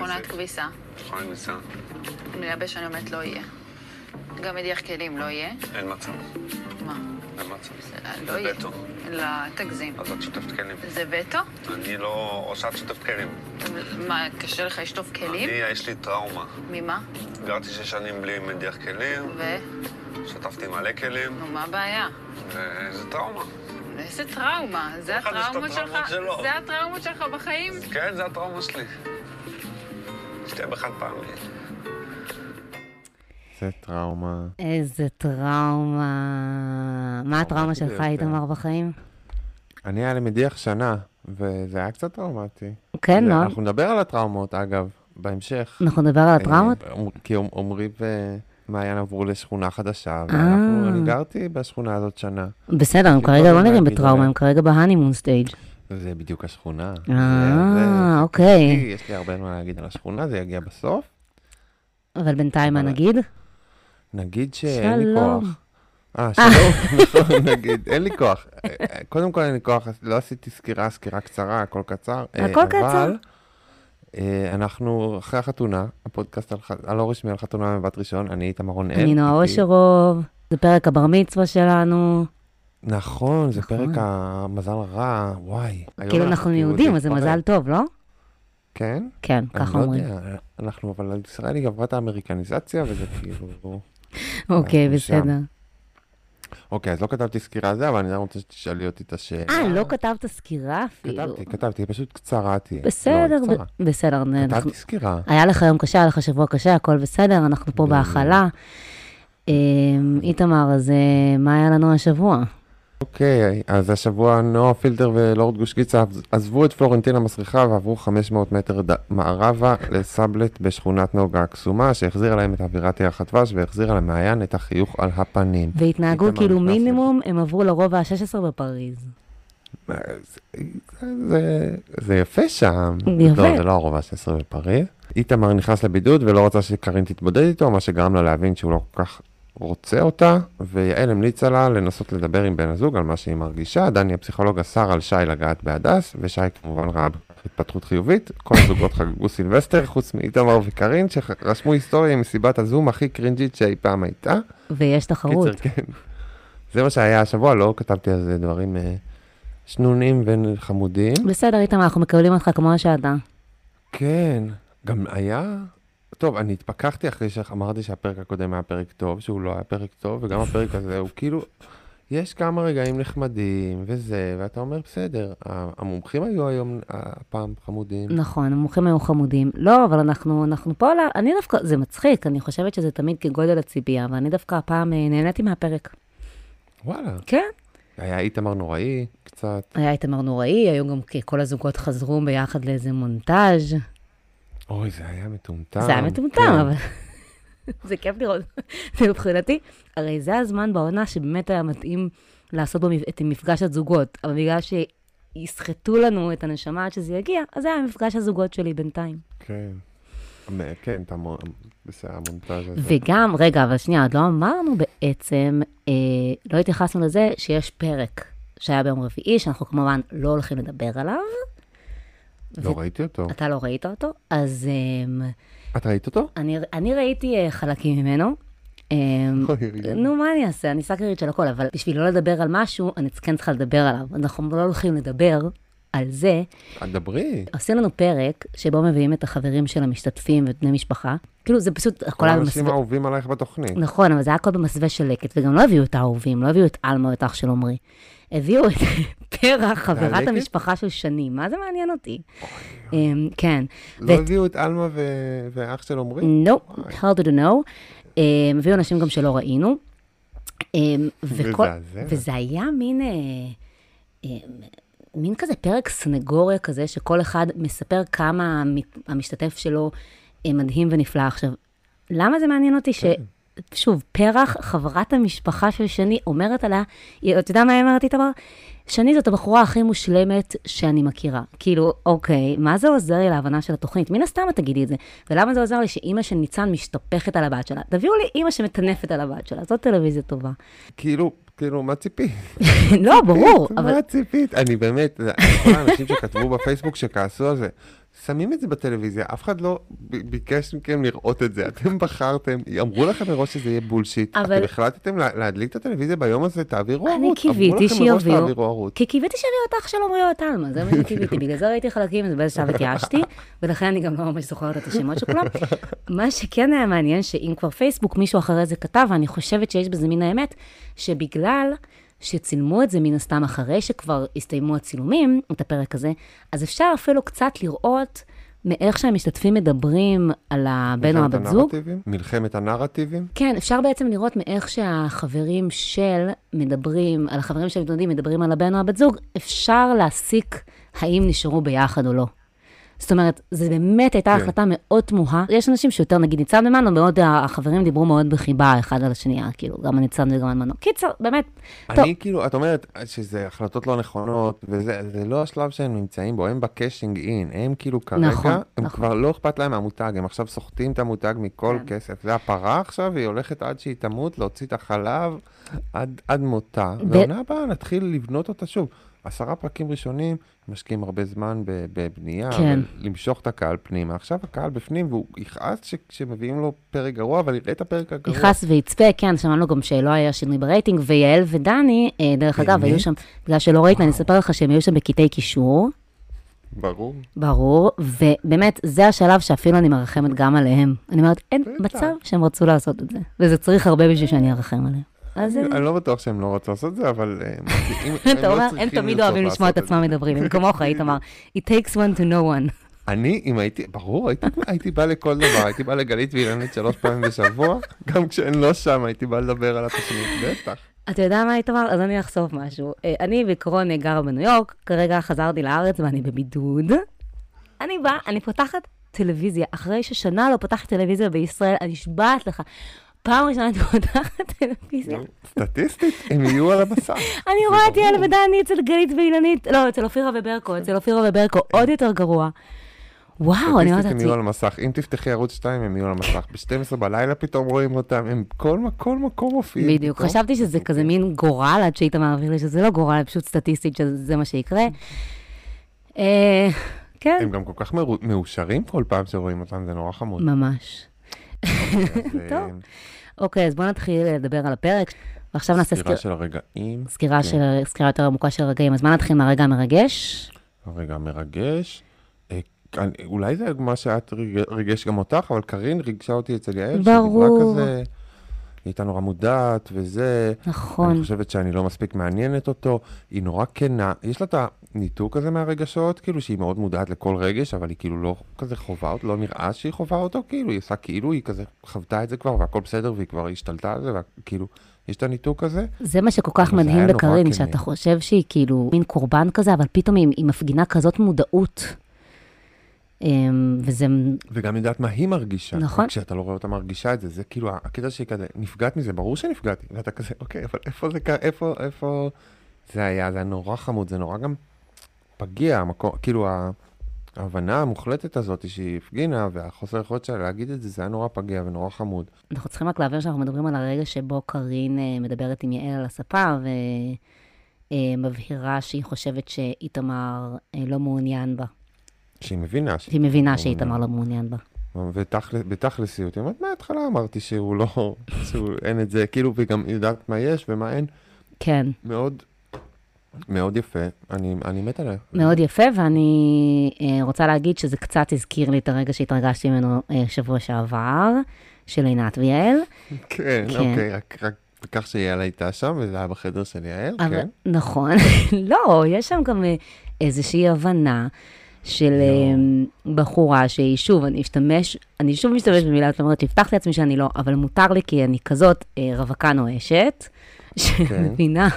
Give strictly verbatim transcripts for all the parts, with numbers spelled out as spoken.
מכונת כביסה. מכונת כביסה. מלייבש אני אומרת לא יהיה. גם מדיח כלים לא יהיה. אין מצב. מה? אין מצב. לא זה יהיה. וטו. לא, תגזים. אז את שותפת כלים. זה וטו? אני לא... או שאת שותפת כלים. מה, קשה לך לשטוף כלים? אני, יש לי טראומה. ממה? גרתי שש שנים בלי מדיח כלים. ו? שטפתי מלא כלים. נו, מה הבעיה? וזה טראומה. איזה טראומה? זה אחד יש את הטראומות שלך? הטראומות שלו. זה הטראומות שלך בחיים? כן, זה הטראומה שלי. שתהיה בחד פעמי. זה טראומה. איזה טראומה. מה הטראומה טראומטי שלך, ביותר. איתמר, בחיים? אני היה לי מדיח שנה, וזה היה קצת טראומטי. כן, זה- לא? אנחנו נדבר על הטראומות, אגב, בהמשך. אנחנו נדבר על הטראומות? אה, כי עומרי ומעיין עברו לשכונה חדשה, אה. ואנחנו, אני גרתי בשכונה הזאת שנה. בסדר, הם כי כרגע כל לא הזמן נראים להגיד בטראומה, עליה. הם כרגע בהנימון סטייג'. זה בדיוק השכונה. אה, זה- זה- אוקיי. יש לי הרבה מה להגיד על השכונה, זה יגיע בסוף. אבל בינתיים מה אבל- נגיד? נגיד שאין לי שלום. כוח. אה, שלום, נכון, נגיד, אין לי כוח. אה, קודם כל אין לי כוח, אז לא עשיתי סקירה, סקירה קצרה, הכל קצר. אה, הכל קצר. אבל אה, אנחנו אחרי החתונה, הפודקאסט על ח- הלא רשמי על חתונה מבת ראשון, אני איתמר רונאל. אני נועה איתי- אושרוב, זה פרק הבר מצווה שלנו. נכון, זה נכון. פרק המזל הרע, וואי. היום כאילו אנחנו כאילו, יהודים, זה אז זה התפרק. מזל טוב, לא? כן? כן, אני ככה לא אומרים. יודע, אנחנו, אבל על ישראל היא גברה את האמריקניזציה, וזה כאילו... אוקיי, אנחנו שם. בסדר. אוקיי, אז לא כתבתי סקירה על זה, אבל אני רוצה שתשאלי אותי את השאלה. אה, לא כתבת סקירה אפילו. כתבתי, כתבתי, היא פשוט קצרה תהיה. בסדר, לא, היא קצרה. ב- בסדר. אנחנו- כתבתי סקירה. היה לך יום קשה, היה לך שבוע קשה, הכל בסדר, אנחנו פה ב- בהכלה. אמ, איתמר, אז אה, מה היה לנו השבוע? אוקיי, אז השבוע נועה פילטר ולורד גוש גיצה עזבו את פלורנטינה מסריחה ועברו חמש מאות מטר ד- מערבה לסבלט בשכונת נוגה הקסומה, שהחזירה להם את אווירת ירח הדבש והחזירה למעיין את החיוך על הפנים. והתנהגו איתמר כאילו נכנס מינימום, הם עברו לרובע ה-שש עשרה בפריז. זה, זה, זה יפה שם. יפה. לא, זה לא הרובע ה-שש עשרה בפריז. איתמר נכנס לבידוד ולא רצה שקרין תתמודד איתו, מה שגרם לה להבין שהוא לא כל כך רוצה אותה, ויעל המליצה לה לנסות לדבר עם בן הזוג על מה שהיא מרגישה. דני הפסיכולוג אסר על שי לגעת בהדס, ושי כמובן ראה התפתחות חיובית. כל הזוגות חגגו סילבסטר, חוץ מאיתמר וקרין, שרשמו היסטוריה עם מסיבת הזום הכי קרינג'ית שאי פעם הייתה. ויש תחרות. קיצר, כן. זה מה שהיה השבוע, לא כתבתי על זה דברים אה, שנונים וחמודים. בסדר, איתמר, אנחנו מקבלים אותך כמו שאתה. כן, גם היה... טוב, אני התפכחתי אחרי שאמרתי שהפרק הקודם היה פרק טוב, שהוא לא היה פרק טוב, וגם הפרק הזה הוא כאילו... יש כמה רגעים נחמדים וזה, ואתה אומר, בסדר, המומחים היו היום הפעם חמודים. נכון, המומחים היו חמודים. לא, אבל אנחנו, אנחנו פה, לה, אני דווקא, זה מצחיק, אני חושבת שזה תמיד כגודל הציפייה, ואני דווקא הפעם אה, נהניתי מהפרק. וואלה. כן. היה איתמר נוראי, קצת. היה איתמר נוראי, היו גם כל הזוגות חזרו ביחד לאיזה מונטאז'. אוי, זה היה מטומטם. זה היה מטומטם, כן. אבל זה כיף לראות. מבחינתי, הרי זה הזמן בעונה שבאמת היה מתאים לעשות בו את מפגש הזוגות, אבל בגלל שיסחטו לנו את הנשמה עד שזה יגיע, אז זה היה מפגש הזוגות שלי בינתיים. כן. מ- כן, אתה מ- בסדר, המונטאז' הזה. וגם, רגע, אבל שנייה, עוד לא אמרנו בעצם, אה, לא התייחסנו לזה שיש פרק שהיה ביום רביעי, שאנחנו כמובן לא הולכים לדבר עליו. לא ו- ראיתי אותו. אתה לא ראית אותו? אז אה, את ראית אותו? אני, אני ראיתי אה, חלקים ממנו. אה, נו, מה אני אעשה? אני סאקרית של הכל, אבל בשביל לא לדבר על משהו, אני כן צריכה לדבר עליו. אנחנו לא הולכים לדבר על זה. דברי. עושים לנו פרק שבו מביאים את החברים של המשתתפים ואת בני משפחה. כאילו זה פשוט, הכל כל היה האנשים במסווה. האהובים עלייך בתוכנית. נכון, אבל זה היה הכל במסווה של לקט, וגם לא הביאו את האהובים, לא הביאו את אלמה או את אח של עומרי. הביאו את פרח, חברת לקט? המשפחה של שני. מה זה מעניין אותי? אמ, כן. לא ואת- הביאו את אלמה ו- ואח של עומרי? No, hard to know. אמ, הביאו אנשים גם שלא ראינו. אמ, וכל- מזעזע. וזה היה מין... אה, אמ, מין כזה פרק סנגוריה כזה, שכל אחד מספר כמה המת- המשתתף שלו אה, מדהים ונפלא. עכשיו, למה זה מעניין אותי ש... שוב, פרח, חברת המשפחה של שני, אומרת עליה, היא- אתה יודע מה היא אומרת איתמר? שני זאת הבחורה הכי מושלמת שאני מכירה. כאילו, אוקיי, מה זה עוזר לי להבנה של התוכנית? מן הסתם את תגידי את זה. ולמה זה עוזר לי שאימא של ניצן משתפכת על הבת שלה? תביאו לי אימא שמטנפת על הבת שלה, זאת טלוויזיה טובה. כאילו, כאילו, מה ציפית? לא, ברור, אבל... מה ציפית? אני באמת, אני כל האנשים שכתבו בפייסבוק שכעסו על זה, שמים את זה בטלוויזיה, אף אחד לא ב- ביקש מכם לראות את זה, אתם בחרתם, אמרו לכם מראש שזה יהיה בולשיט, אבל- אתם החלטתם לה- להדליק את הטלוויזיה ביום הזה, תעבירו ערוץ, אני קיוויתי אמרו לכם מראש שיביאו, תעבירו ערוץ. כי קיוויתי שיביאו אותך של עמרי אוטלמה, זה מה שקיוויתי, בגלל זה ראיתי חלקים, זה באיזה שלב התייאשתי, ולכן אני גם לא ממש זוכרת את השמות של כולם. מה שכן היה מעניין, שאם כבר פייסבוק, מישהו אחרי זה כתב, ואני חושבת שיש בזה מן האמת, שבגלל שצילמו את זה מן הסתם אחרי שכבר הסתיימו הצילומים, את הפרק הזה, אז אפשר אפילו קצת לראות מאיך שהמשתתפים מדברים על הבן או מלחמת הבת זוג. הנרטיבים? מלחמת הנרטיבים? כן, אפשר בעצם לראות מאיך שהחברים של מדברים, על החברים של מתמודדים מדברים על הבן או הבת זוג, אפשר להסיק האם נשארו ביחד או לא. זאת אומרת, זה באמת הייתה כן. החלטה מאוד תמוהה. יש אנשים שיותר, נגיד, ניצן ומנו, מאוד, החברים דיברו מאוד בחיבה אחד על השנייה, כאילו, גם הניצן וגם המנו. קיצר, באמת, טוב. אני כאילו, את אומרת שזה החלטות לא נכונות, וזה זה לא השלב שהם נמצאים בו, הם בקשינג אין, הם כאילו כרגע, נכון, הם נכון. כבר לא אכפת להם מהמותג, הם עכשיו סוחטים את המותג מכל כן. כסף. זה הפרה עכשיו, והיא הולכת עד שהיא תמות, להוציא את החלב עד, עד מותה, ב- ועונה הבאה נתחיל לבנות אותה שוב. עשרה פרקים ראשונים, משקיעים הרבה זמן ב- בבנייה, כן. למשוך את הקהל פנימה. עכשיו הקהל בפנים, והוא יכעס ש- כשמביאים לו פרק גרוע, אבל יראה את הפרק הגרוע. יכעס ויצפה, כן, שמענו גם שלא היה שינוי ברייטינג, ויעל ודני, אה, דרך אגב, באמת? היו שם, בגלל שלא ראית, אני אספר לך שהם היו שם בקטעי קישור, ברור. ברור, ובאמת, זה השלב שאפילו אני מרחמת גם עליהם. אני אומרת, אין בטח. מצב שהם רצו לעשות את זה, וזה צריך הרבה בשביל שאני ארחם עליהם. אז אני לא בטוח שהם לא רצו לעשות את זה, אבל אה, אם- הם אתה לא אומר, הם צריכים תמיד לרצות אוהבים לשמוע את לעשות עצמם זה. מדברים, הם כמוך, איתמר, it takes one to know one. אני, אם הייתי, ברור, הייתי, הייתי בא לכל דבר, הייתי בא לגלית ואילנית שלוש פעמים בשבוע, גם כשאין לא שם, הייתי בא לדבר על התוכנית, בטח. אתה יודע מה, איתמר? אז אני אחשוף משהו. אה, אני בעקרון גרה בניו יורק, כרגע חזרתי לארץ ואני בבידוד. אני באה, אני פותחת טלוויזיה, אחרי ששנה לא פותחת טלוויזיה בישראל, אני נשבעת לך. פעם ראשונה אני פותחת טלוויזיה. סטטיסטית, הם יהיו על המסך. אני רואה את יעל ודני אצל גלית ואילנית, לא, אצל אופירה וברקו, אצל אופירה וברקו, עוד יותר גרוע. וואו, אני אומרת סטטיסטית הם לעצמי, יהיו על המסך, אם תפתחי ערוץ שתיים הם יהיו על המסך, ב-שתים עשרה בלילה פתאום רואים אותם, הם כל כל מקום מופיעים. בדיוק, פתאום. חשבתי שזה כזה מין גורל, עד שהיית מעביר לי שזה לא גורל, פשוט סטטיסטית שזה מה שיקרה. אה, כן, הם גם כל כך מאו- מאושרים כל פעם שרואים אותם, זה נורא חמוד. ממש. אז, אה, טוב. אוקיי, אז בואו נתחיל לדבר על הפרק, ועכשיו נעשה סקירה סקירה- של הרגעים, סקירה כן. של- סקירה יותר עמוקה של הרגעים. אז בואו נתחיל מהרגע המרגש. הרגע המרגש. אה, אני- אולי זה מה שאת ריג- ריגש גם אותך, אבל קרין ריגשה אותי אצל יעל, ברור. שדיברה כזה, היא הייתה נורא מודעת וזה. נכון. אני חושבת שאני לא מספיק מעניינת אותו, היא נורא כנה, יש לה את הניתוק הזה מהרגשות, כאילו שהיא מאוד מודעת לכל רגש, אבל היא כאילו לא כזה חובה אותו, לא נראה שהיא חובה אותו, כאילו היא עושה כאילו, היא כזה חוותה את זה כבר, והכל בסדר, והיא כבר השתלטה על זה, וכאילו, יש את הניתוק הזה. זה מה שכל כך אבל זה מדהים היה נורא בקרין, כנה. שאתה חושב שהיא כאילו מין קורבן כזה, אבל פתאום היא, היא מפגינה כזאת מודעות. אמ, וזה, וגם יודעת מה היא מרגישה. נכון. כשאתה לא רואה אותה מרגישה את זה, זה כאילו, הקטע שהיא כזה, נפגעת מזה, ברור שנפגעתי, ואתה כזה, אוקיי, אבל איפה זה, קרה? איפה, איפה, זה היה, זה היה נורא חמוד, זה נורא גם פגיע, המקום, כאילו, ה- ההבנה המוחלטת הזאת שהיא הפגינה, והחוסר יכולת שלה להגיד את זה, זה היה נורא פגיע ונורא חמוד. אנחנו צריכים רק להעביר שאנחנו מדברים על הרגע שבו קרין אה, מדברת עם יעל על הספה, ומבהירה שהיא חושבת שאיתמר אה, לא מעוניין בה. שהיא מבינה, שהיא מבינה לא שאיתמר לא מעוניין בה. ובתכלסיות, היא אומרת, מההתחלה אמרתי שהוא לא, שהוא אין את זה, כאילו, וגם יודעת מה יש ומה אין, כן. מאוד, מאוד יפה, אני, אני מת עליה. מאוד יפה, ואני אה, רוצה להגיד שזה קצת הזכיר לי את הרגע שהתרגשתי ממנו אה, שבוע שעבר, של עינת ויעל. כן, כן. אוקיי, רק, רק בכך שיעל הייתה שם, וזה היה בחדר של יעל, אבל, כן. נכון. לא, יש שם גם אה, איזושהי הבנה של אה, בחורה שהיא, שוב, אני אשתמש, אני שוב משתמש במילה, זאת אומרת, הבטחתי לעצמי שאני לא, אבל מותר לי כי אני כזאת אה, רווקה נואשת, שמבינה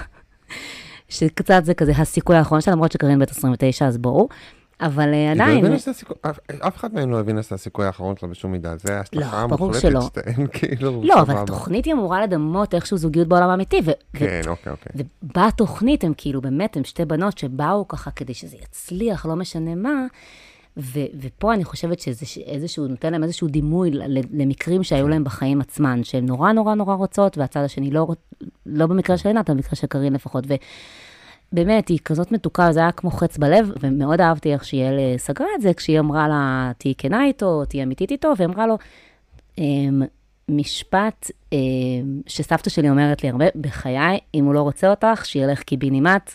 שקצת זה כזה הסיכוי האחרון שלה, למרות שקרין בת עשרים ותשע, אז בואו. אבל אה, היא לא עדיין, הבינה שזה הסיכוי- אף- אף אחד מהם לא הבין שזה הסיכוי האחרון שלה בשום מידה, זה ההשלכה לא, ברור המוחלטת שלא. שתיהן, כאילו, לא, אבל סבבה. התוכנית היא אמורה לדמות איכשהו זוגיות בעולם האמיתי, ו- כן, אוקיי, אוקיי. ובתוכנית הם כאילו באמת, הם שתי בנות שבאו ככה כדי שזה יצליח, לא משנה מה, ו- ופה אני חושבת שאיזשהו, נותן להם איזשהו דימוי ל- למקרים שהיו להם בחיים עצמן, שהן נורא נורא נורא רוצות, והצד השני לא, רוצ- לא במקרה של עינת, במקרה של קרין לפחות, ו... באמת, היא כזאת מתוקה, זה היה כמו חץ בלב, ומאוד אהבתי איך שיעל סגרה את זה, כשהיא אמרה לה, תהי כנה איתו, תהי אמיתית איתו, והיא אמרה לו, אמ, משפט אמ, שסבתא שלי אומרת לי הרבה, בחיי, אם הוא לא רוצה אותך, שילך קיבינימט.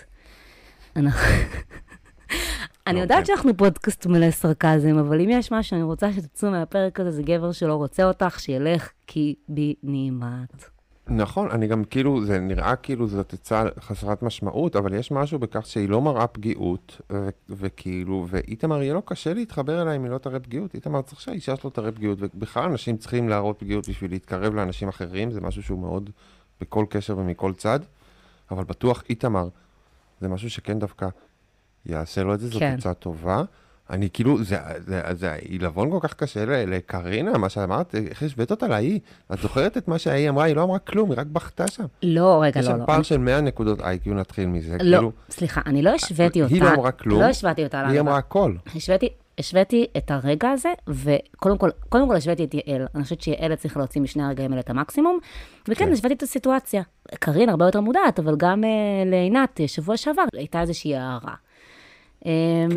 אני יודעת שאנחנו פודקאסט מלא סרקזם, אבל אם יש משהו שאני רוצה שתצאו מהפרק הזה, זה גבר שלא רוצה אותך, שילך קיבינימט. נכון, אני גם כאילו, זה נראה כאילו זאת עצה חסרת משמעות, אבל יש משהו בכך שהיא לא מראה פגיעות, ו- וכאילו, ואיתמר יהיה לו קשה להתחבר אליי אם היא לא תראה פגיעות. איתמר צריך שהאישה שלו תראה פגיעות, ובכלל אנשים צריכים להראות פגיעות בשביל להתקרב לאנשים אחרים, זה משהו שהוא מאוד בכל קשר ומכל צד, אבל בטוח איתמר, זה משהו שכן דווקא יעשה לו את זה, זאת כן. עצה טובה. אני כאילו, זה, זה, זה עילבון כל כך קשה לקרינה, מה שאמרת, איך השווית אותה להיא? את זוכרת את מה שהיא אמרה? היא לא אמרה כלום, היא רק בכתה שם. לא, רגע, יש לא, שם לא. פער של מאה נקודות איי קיו, נתחיל מזה. לא, כאילו, סליחה, אני לא השוויתי אותה. היא לא אמרה כלום. לא השוויתי אותה. היא אמרה הכל. השוויתי, השוויתי את הרגע הזה, וקודם כל, קודם כל השוויתי את יעל. אני חושבת שיעל צריך להוציא משני הרגעים האלה את המקסימום, וכן, כן. השוויתי את הסיטואציה. קרין הרבה יותר מודעת, אבל גם uh, לעינת, שבוע שעבר, הייתה איזושהי הערה. כן.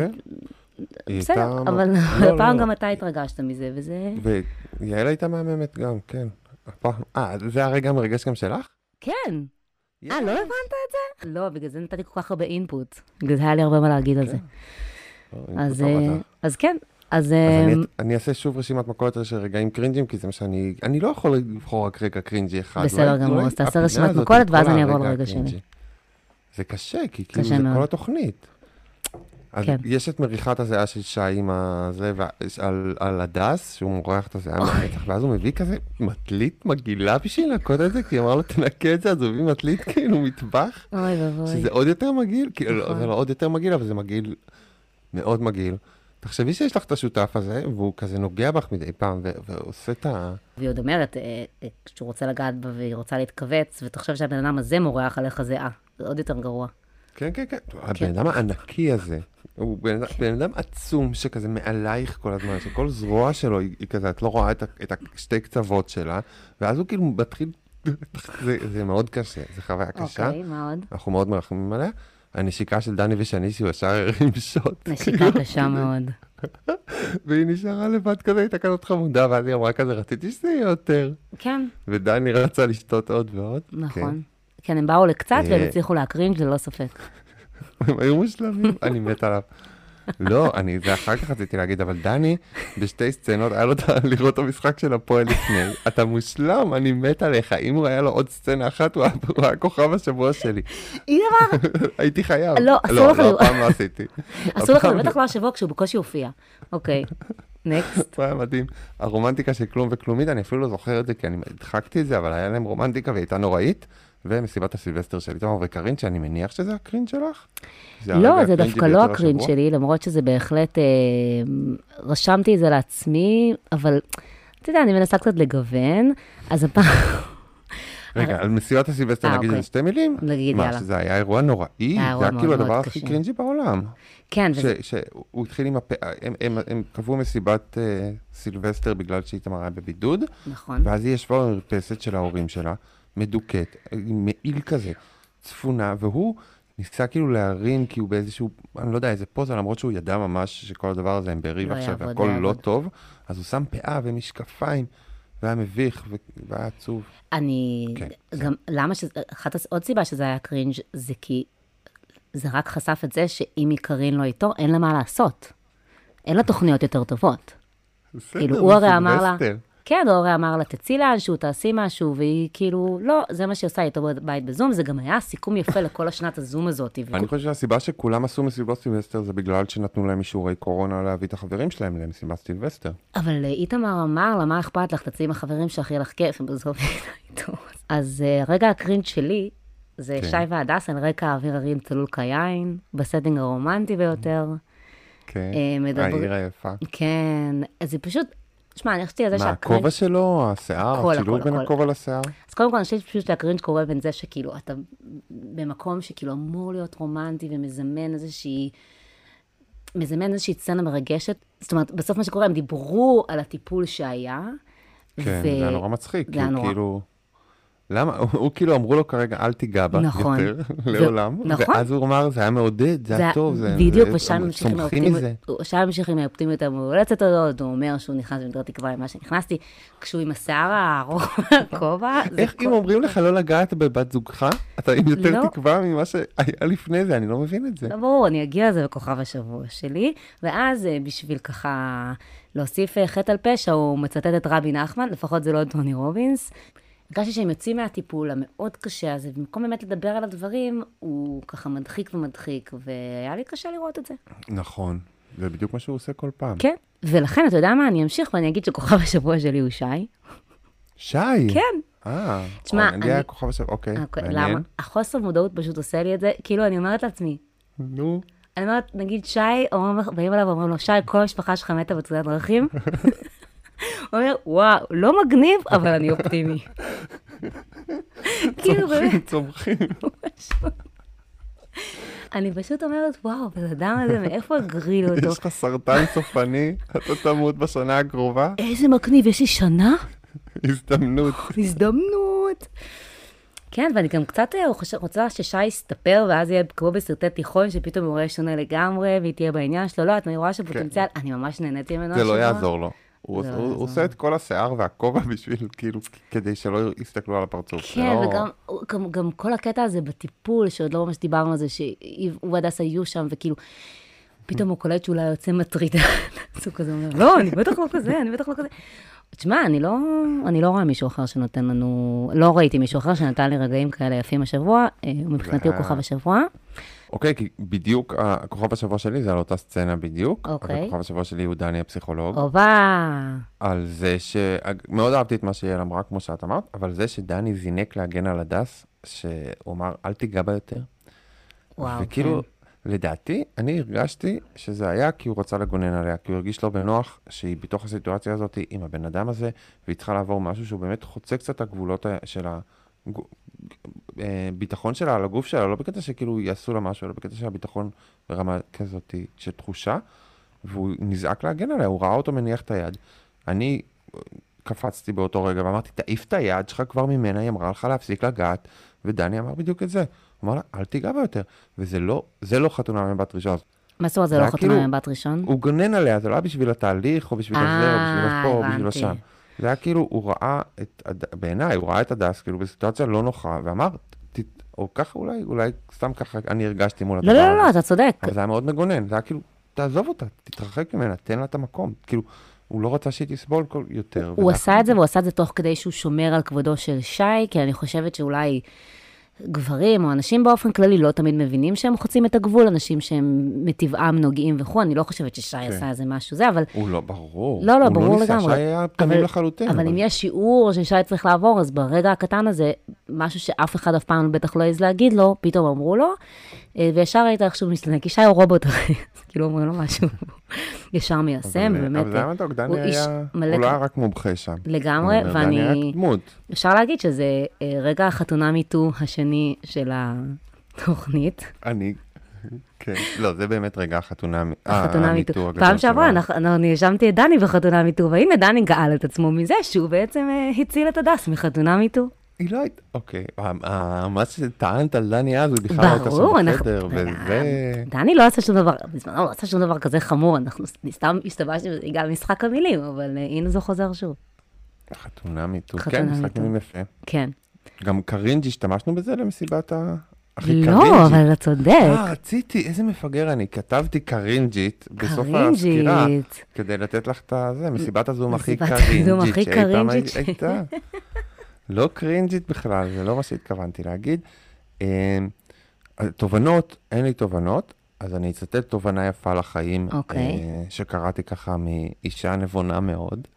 היא בסדר, הייתה- אבל לא, הפעם לא. גם אתה התרגשת מזה, וזה... ויעל הייתה מהממת גם, כן. הפעם- אה, זה הרגע המרגש גם שלך? כן. אה, לא הבנת את זה? לא, בגלל זה נתתי כל כך הרבה אינפוט. בגלל זה היה לי הרבה מה להגיד על זה. לא, אז, טוב, אה, אתה- אז כן, אז... אז אה, אני- אני אעשה שוב רשימת מכות של רגעים קרינג'ים, כי זה מה שאני... אני לא יכול לבחור רק רגע קרינג'י אחד. בסדר אולי- גמור, אולי אז תעשה הפינה רשימת הזאת מכולת, עם ואז כל אני אעבור הרגע לרגע שלי. הקרינג'י. זה קשה, כי כאילו קשה זה מאוד. כל התוכנית. אז כן. יש את מריחת הזיעה של שי עם הזה, ועל- על הדס, שהוא מורח את הזיעה מהרצח, ואז הוא מביא כזה מטלית מגעילה בשביל לנקות את זה, כי היא אמרה לו תנקה את זה, אז הוא מביא מטלית כאילו מטבח, אוי ואבוי. שזה עוד יותר מגעיל, כאילו לא, נכון. זה לא עוד יותר מגעיל, אבל זה מגעיל, מאוד מגעיל. תחשבי שיש לך את השותף הזה, והוא כזה נוגע בך מדי פעם, ו- ועושה את ה... והיא עוד אומרת, אה, אה, כשהוא רוצה לגעת בה והיא רוצה להתכווץ, ותחשב שהבן אדם הזה מורח עליך זיעה. זה עוד יותר גרוע. כן, כן, כן. הבן אדם הענקי הזה, הוא בן אדם- בן אדם עצום שכזה מעלייך כל הזמן, שכל זרוע שלו היא היא כזה, את לא רואה את ה- את השתי קצוות שלה, ואז הוא כאילו מתחיל, זה זה מאוד קשה, זו חוויה קשה. אוקיי, מה עוד? אנחנו מאוד מרחמים עליה. הנשיקה של דני ושני, שהוא ישר הרים שוט. נשיקה קשה מאוד. והיא נשארה לבד כזה, הייתה כזאת חמודה, ואז היא אמרה כזה, רציתי שזה יהיה יותר. כן, ודני רצה לשתות עוד ועוד. נכון. כן, הם באו לקצת והם אה, הצליחו להקרינג' ללא ספק. הם היו מושלמים, אני מת עליו. לא, אני, זה אחר כך רציתי להגיד, אבל דני, בשתי סצנות, היה לו את ה- לראות את המשחק של הפועל לפני. אתה מושלם, אני מת עליך. אם הוא היה לו עוד סצנה אחת, הוא היה- הוא היה כוכב השבוע שלי. היא דבר, הייתי חייב. לא, אסור לא, לך לא, לראות. הפעם לא עשיתי. אסור לך, הפעם בטח לא השבוע כשהוא בקושי הופיע. אוקיי, נקסט. זה היה מדהים. הרומנטיקה של כלום וכלומית, אני אפילו לא זוכר את זה, כי אני הדחקתי את זה, אבל היה להם רומנטיקה והיא הייתה נוראית. ומסיבת הסילבסטר של איתמר וקרין, שאני מניח שזה הקרין שלך? זה הרגע לא, זה הקרינג'י דווקא לא ביותר הקרין השבוע? שלי, למרות שזה בהחלט, אה, רשמתי את זה לעצמי, אבל, אתה יודע, אני מנסה קצת לגוון, אז הפעם... רגע, על מסיבת הסילבסטר אה, נגיד אוקיי. את שתי מילים? נגיד, מה, יאללה. שזה היה אירוע נוראי? היה זה אירוע היה מאוד כאילו מאוד הדבר הכי קשה. קרינג'י בעולם. כן, ש- וזה, שהוא התחיל עם הפ... הם- הם- הם קבעו מסיבת אה, סילבסטר בגלל שאיתמר היה בבידוד, נכון. ואז היא ישבה במרפסת של ההורים שלה, מדוכאת, עם מעיל כזה, צפונה, והוא ניסה כאילו להרים, כי הוא באיזשהו, אני לא יודע, איזה פוזה, למרות שהוא ידע ממש שכל הדבר הזה הם בריב לא עכשיו, יעבוד, והכל לא לא יעבוד. טוב, אז הוא שם פאה ומשקפיים, והיה מביך, ו- והיה עצוב. אני, כן, גם, למה שזה, אחת, הס- עוד סיבה שזה היה קרינג' זה כי זה רק חשף את זה שאם היא קרין לא איתו, אין לה מה לעשות. אין לה תוכניות יותר טובות. בסדר, כאילו, הוא הרי אמר לה, סילבסטר. כן, הוא הרי אמר לה, תצאי לאנשהו, תעשי משהו, והיא כאילו, לא, זה מה שהיא עושה איתו בבית בזום, זה גם היה סיכום יפה לכל השנת הזום הזאת. אני חושב שהסיבה שכולם עשו מסיבות סילבסטר זה בגלל שנתנו להם אישורי קורונה להביא את החברים שלהם למסיבת סילבסטר. אבל אה, איתמר אמר לה, מה אכפת לך, תצאי עם החברים שלך, יהיה לך כיף, ובסוף היא הייתה איתו. אז אה, רגע הקרינג' שלי, זה כן. שי והדס, על רקע האוויר הרים צלול כיין, בסטינג הרומנטי ביותר. כן, אה, מדבר- העיר היפה. כן, אז זה פשוט, שמע, אני חושבתי על זה מה, שהקרינג'... הכובע שלו, השיער, הכל, השילוב הכל, בין הכל. הכובע לשיער? אז קודם כל, אני חושבת פשוט שהקרינג' קורה בין זה שכאילו, אתה במקום שכאילו אמור להיות רומנטי ומזמן איזושהי, מזמן איזושהי סצנה מרגשת. זאת אומרת, בסוף מה שקורה, הם דיברו על הטיפול שהיה. כן, ו- זה היה נורא מצחיק, זה כי היה הוא נורא. כאילו... למה? הוא, הוא כאילו אמרו לו כרגע, אל תיגע בה נכון. יותר, לעולם. נכון. ואז הוא אמר, זה היה מעודד, זה היה טוב, זה... בדיוק, זה- ושם הם ממשיך עם צומחים האופטימיות, מזה. שם ממשיך עם האופטימיות המאולצת הזאת, הוא אומר שהוא נכנס במדבר תקווה למה שנכנסתי, כשהוא עם השיער הארוך והכובע, זה איך כל- אם אומרים לך לא לגעת בבת זוגך, אתה עם יותר לא. תקווה ממה שהיה לפני זה, אני לא מבין את זה. לא ברור, אני אגיע לזה בכוכב השבוע שלי, ואז אה, בשביל ככה להוסיף אה, חטא על פשע, הוא מצטט את רבי נחמן, לפחות זה לא את טוני רובינס. הרגשתי שהם יוצאים מהטיפול המאוד קשה הזה, במקום באמת לדבר על הדברים, הוא ככה מדחיק ומדחיק, והיה לי קשה לראות את זה. נכון, זה בדיוק מה שהוא עושה כל פעם. כן, ולכן, אתה יודע מה, אני אמשיך ואני אגיד שכוכב השבוע שלי הוא שי. שי! כן. אה, תשמע, אני... אני- אני הכוכב השבוע, אוקיי, אוקיי, מעניין. למה? החוסר מודעות פשוט עושה לי את זה, כאילו אני אומרת לעצמי, נו, אני אומרת, נגיד שי, אומרים, באים אליו ואומרים לו, שי, כל המשפחה שלך מתה בתאונת דרכים. הוא אומר, וואו, לא מגניב, אבל אני אופטימי. כאילו, באמת, צומחים. אני פשוט אומרת, וואו, הבן אדם הזה, מאיפה הגרילו אותו? יש לך סרטן סופני, אתה תמות בשנה הקרובה, איזה מגניב, יש לי שנה? הזדמנות. הזדמנות. כן, ואני גם קצת אה, חושב- רוצה ששי יסתפר, ואז יהיה כמו בסרטי תיכון, שפתאום הוא רואה שונה לגמרי, והיא תהיה בעניין שלו. לא, אני רואה שפוטנציאל, אני ממש נהניתי ממנו זה לא השבוע. יעזור לו. הוא זה לא הוא- הוא יעזור. עושה את כל השיער והכובע בשביל, כאילו, כדי שלא יסתכלו על הפרצוף. זה כן, לא- וגם גם, גם כל הקטע הזה בטיפול, שעוד לא ממש דיברנו על זה, שהוא והדס היו שם, וכאילו, פתאום הוא קולט שאולי יוצא מטריד. אז הוא כזה אומר, לא, אני בטח לא כזה, אני בטח לא כזה. תשמע, אני לא, אני לא רואה מישהו אחר שנותן לנו, לא ראיתי מישהו אחר שנתן לי רגעים כאלה יפים השבוע, אה, מבחינתי הוא זה- כוכב השבוע. אוקיי, כי בדיוק, הכוכב השבוע שלי זה על אותה סצנה בדיוק. אוקיי. אבל הכוכב השבוע שלי הוא דני הפסיכולוג. אובה, על זה ש... מאוד אהבתי את מה שיעל אמרה, כמו שאת אמרת, אבל זה שדני זינק להגן על הדס, שהוא אמר, אל תיגע בה יותר. וואו, וכאילו, כן. לדעתי, אני הרגשתי שזה היה כי הוא רצה לגונן עליה, כי הוא הרגיש לא בנוח שהיא בתוך הסיטואציה הזאת עם הבן אדם הזה, והיא צריכה לעבור משהו שהוא באמת חוצה קצת את הגבולות ה- של הביטחון שלה על הגוף שלה, לא בקטע שכאילו יעשו לה משהו, אלא בקטע של הביטחון ברמה כזאת של תחושה, והוא נזעק להגן עליה, הוא ראה אותו מניח את היד. אני קפצתי באותו רגע ואמרתי, תעיף את היד שלך כבר ממנה, היא אמרה לך להפסיק לגעת, ודני אמר בדיוק את זה. הוא אמר לה, אל תיגע בה יותר. וזה לא, זה לא חתונה מבת ראשון. מה זאת אומרת, זה זה לא היה חתונה כאילו- מבת ראשון? הוא גונן עליה, זה לא היה בשביל התהליך, או בשביל אה, הזה, או בשביל פה, או בשביל הבנתי. שם. זה היה כאילו, הוא ראה את, הד- בעיניי, הוא ראה את הדס, כאילו, בסיטואציה לא נוחה, ואמר, ת- או ככה אולי, אולי סתם ככה אני הרגשתי מול הדבר לא, הזה. לא, לא, אתה צודק. אבל זה היה מאוד מגונן, זה היה כאילו, תעזוב אותה, תתרחק ממנה, תן לה את המקום. כאילו, הוא לא רצה שהיא תסבול כל יותר. הוא וזה עשה את זה, והוא עשה את זה תוך כדי שהוא שומר על כבודו של שי, כי אני חושבת שאולי גברים או אנשים באופן כללי לא תמיד מבינים שהם חוצים את הגבול, אנשים שהם מטבעם נוגעים וכו', אני לא חושבת ששי עשה איזה משהו זה, אבל הוא לא, ברור. לא, לא, הוא ברור ניסה, לגמרי. שי היה תמים אבל- לחלוטין. אבל אם יש שיעור ששי צריך לעבור, אז ברגע הקטן הזה, משהו שאף אחד אף פעם בטח לא העז להגיד לו, פתאום אמרו לו, אה, וישר היית איכשהו מסתנק, כי שי הוא רובוט, אז כאילו אומרים לו משהו, ישר מיישם, אבל- באמת, אבל זה היה מתוק, הוא דני איש היה, מלא הוא לא כ- היה רק מומחה שם. לגמרי, אני אומר, דני היה ואני, דמות. אפשר להגיד שזה אה, רגע החתונה מיטו השני של התוכנית. אני, כן, לא, זה באמת רגע החתונה, החתונה מיטו. המיטו הגדול פעם שעברה, שלה. אנחנו- אני האשמתי את דני בחתונה מיטו, והנה דני גאל את עצמו מזה שהוא בעצם אה, הציל את הדס מחתונה מיטו. היא לא הייתה, אוקיי, ה- ה- מה שטענת על דני אז, הוא בכלל לא הייתה שם ברור, אנחנו... בחדר, וזה... דני לא עשה שום דבר, בזמנו לא עשה שום דבר כזה חמור, אנחנו סתם השתמשנו בגלל משחק המילים, אבל אה, הנה זה חוזר שוב. חתונה מיטו, חתונה כן, משחק מיטו. מילים יפה. כן. גם קרינג' השתמשנו בזה למסיבת ה... הכי לא, קרינג'ית. אבל אתה צודק. אה, רציתי, איזה מפגר אני, כתבתי קרינג'ית בסוף הסקירה, קרינג'ית. כדי לתת לך את זה, מסיבת הזום הכי מסיבת קרינג'ית, הזום הכי שאי פעם קרינג'ית הי- הייתה. לא קרינג'ית בכלל, זה לא מה שהתכוונתי להגיד. אה, תובנות, אין לי תובנות, אז אני אצטט תובנה יפה לחיים, אוקיי. אה, שקראתי ככה מאישה נבונה מאוד.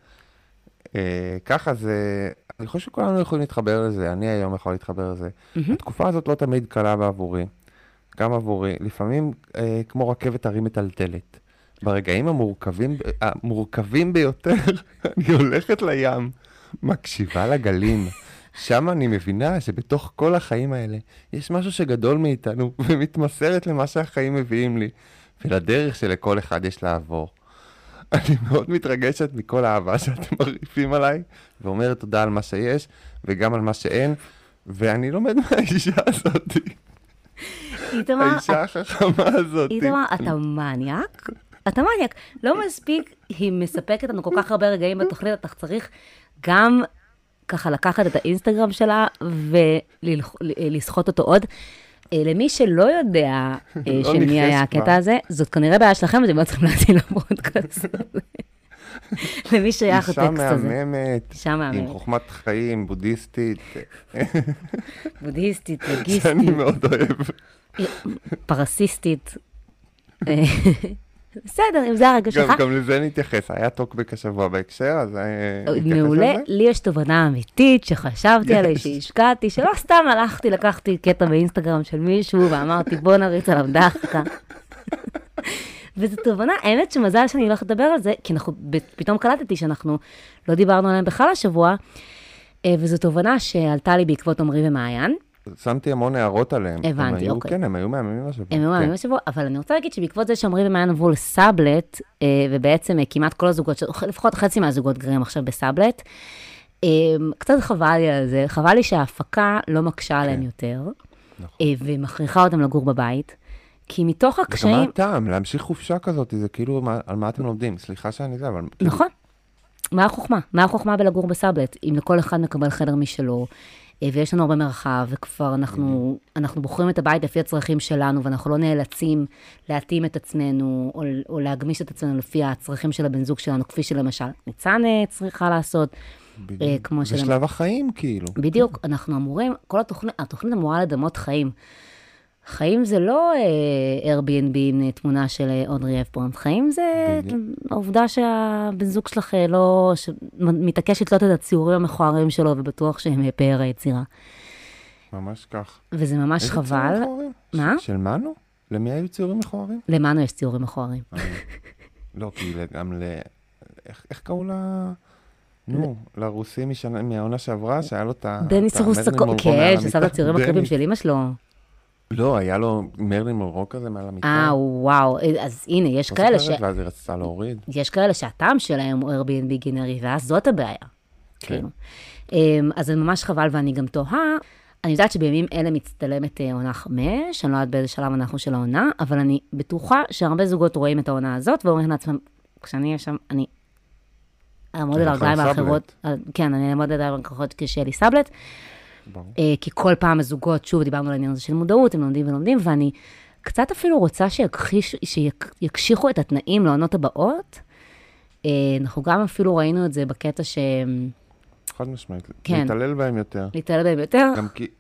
אה, ככה זה, אני חושב שכולנו יכולים להתחבר לזה, אני היום יכול להתחבר לזה. התקופה הזאת לא תמיד קלה בעבורי, גם עבורי, לפעמים אה, כמו רכבת הרים מטלטלת. ברגעים המורכבים, המורכבים ביותר, אני הולכת לים, מקשיבה לגלים. שם אני מבינה שבתוך כל החיים האלה, יש משהו שגדול מאיתנו, ומתמסרת למה שהחיים מביאים לי, ולדרך שלכל אחד יש לעבור. אני מאוד מתרגשת מכל האהבה שאתם מרעיפים עליי, ואומרת תודה על מה שיש, וגם על מה שאין, ואני לומד מהאישה הזאת, איתמר, האישה החכמה הזאת. איתמר, אתה מניאק? אתה מניאק. לא מספיק, היא מספקת לנו כל כך הרבה רגעים בתוכנית, אתה צריך גם ככה לקחת את האינסטגרם שלה ולסחוט אותו עוד. למי שלא יודע של מי היה הקטע הזה, זאת כנראה בעיה שלכם, אתם לא צריכים להציל לפודקאסט הזה. למי שייך הטקסט הזה. אישה מהממת, אישה מהממת. עם חוכמת חיים, בודהיסטית. בודהיסטית, לגיסטית. שאני מאוד אוהב. פרסיסטית. בסדר, אם זה הרגע שלך. גם לזה נתייחס, היה טוקבק השבוע בהקשר, אז נתייחס לזה. מעולה, לי יש תובנה אמיתית שחשבתי עליה, שהשקעתי, שלא סתם הלכתי, לקחתי קטע באינסטגרם של מישהו, ואמרתי בוא נריץ עליו דחקה. וזו תובנה, האמת שמזל שאני הולכת לדבר על זה, כי אנחנו, פתאום קלטתי שאנחנו לא דיברנו עליהם בכלל השבוע, וזו תובנה שעלתה לי בעקבות עומרי ומעיין. שמתי המון הערות עליהם. הבנתי, אוקיי. כן, הם היו מהממים השבוע. הם היו מהממים השבוע, אבל אני רוצה להגיד שבעקבות זה שעומרי ומעיין עברו לסאבלט, ובעצם כמעט כל הזוגות, לפחות חצי מהזוגות גרים עכשיו בסאבלט, קצת חבל לי על זה, חבל לי שההפקה לא מקשה עליהם יותר, ומכריחה אותם לגור בבית, כי מתוך הקשיים... וגם מה הטעם? להמשיך חופשה כזאת, זה כאילו על מה אתם לומדים? סליחה שאני זה, אבל... נכון. מה החוכמה? מה החוכמה בלגור בסאבלט? אם לכל אחד מקבל חדר משלו, ויש לנו הרבה מרחב, וכבר אנחנו, אנחנו בוחרים את הבית לפי הצרכים שלנו, ואנחנו לא נאלצים להתאים את עצמנו, או, או להגמיש את עצמנו לפי הצרכים של הבן זוג שלנו, כפי שלמשל ניצן צריכה לעשות. כמו זה שלב החיים, כאילו. בדיוק, אנחנו אמורים, כל התוכנית, התוכנית אמורה לדמות חיים. חיים זה לא Airbnb עם תמונה של אודרי הפברן, חיים זה העובדה שהבן זוג שלך לא, מתעקש לתלות את הציורים המכוערים שלו, ובטוח שהם פאר היצירה. ממש כך. וזה ממש חבל. איזה ציורים מכוערים? מה? של מנו? למי היו ציורים מכוערים? למנו יש ציורים מכוערים. לא, כי גם ל... איך קראו לה... נו, לרוסי מהעונה שעברה, שהיה לו את ה... דניס רוסקו, כן, ששם את הציורים הקריבים של אמא שלו. לא, היה לו מרלין מונרו כזה מעל המיטה. אה, וואו, אז הנה, יש כאלה ש... ואז היא רצתה להוריד. יש כאלה שהטעם שלהם הוא Airbnb גנרי, ואז זאת הבעיה. כן. אז זה ממש חבל, ואני גם תוהה, אני יודעת שבימים אלה מצטלמת עונה חמש, אני לא יודעת באיזה שלב אנחנו של העונה, אבל אני בטוחה שהרבה זוגות רואים את העונה הזאת, ואומרים לעצמם, כשאני אהיה שם, אני אעמוד על הרגליים האחרות, כן, אני אעמוד על הרגליים האחרות כשיהיה לי סאבלט, כי כל פעם הזוגות, שוב, דיברנו על העניין הזה של מודעות, הם לומדים ולומדים, ואני קצת אפילו רוצה שיקשיחו את התנאים לעונות הבאות. אנחנו גם אפילו ראינו את זה בקטע ש... חד משמעית, להתעלל בהם יותר. להתעלל בהם יותר. גם כי...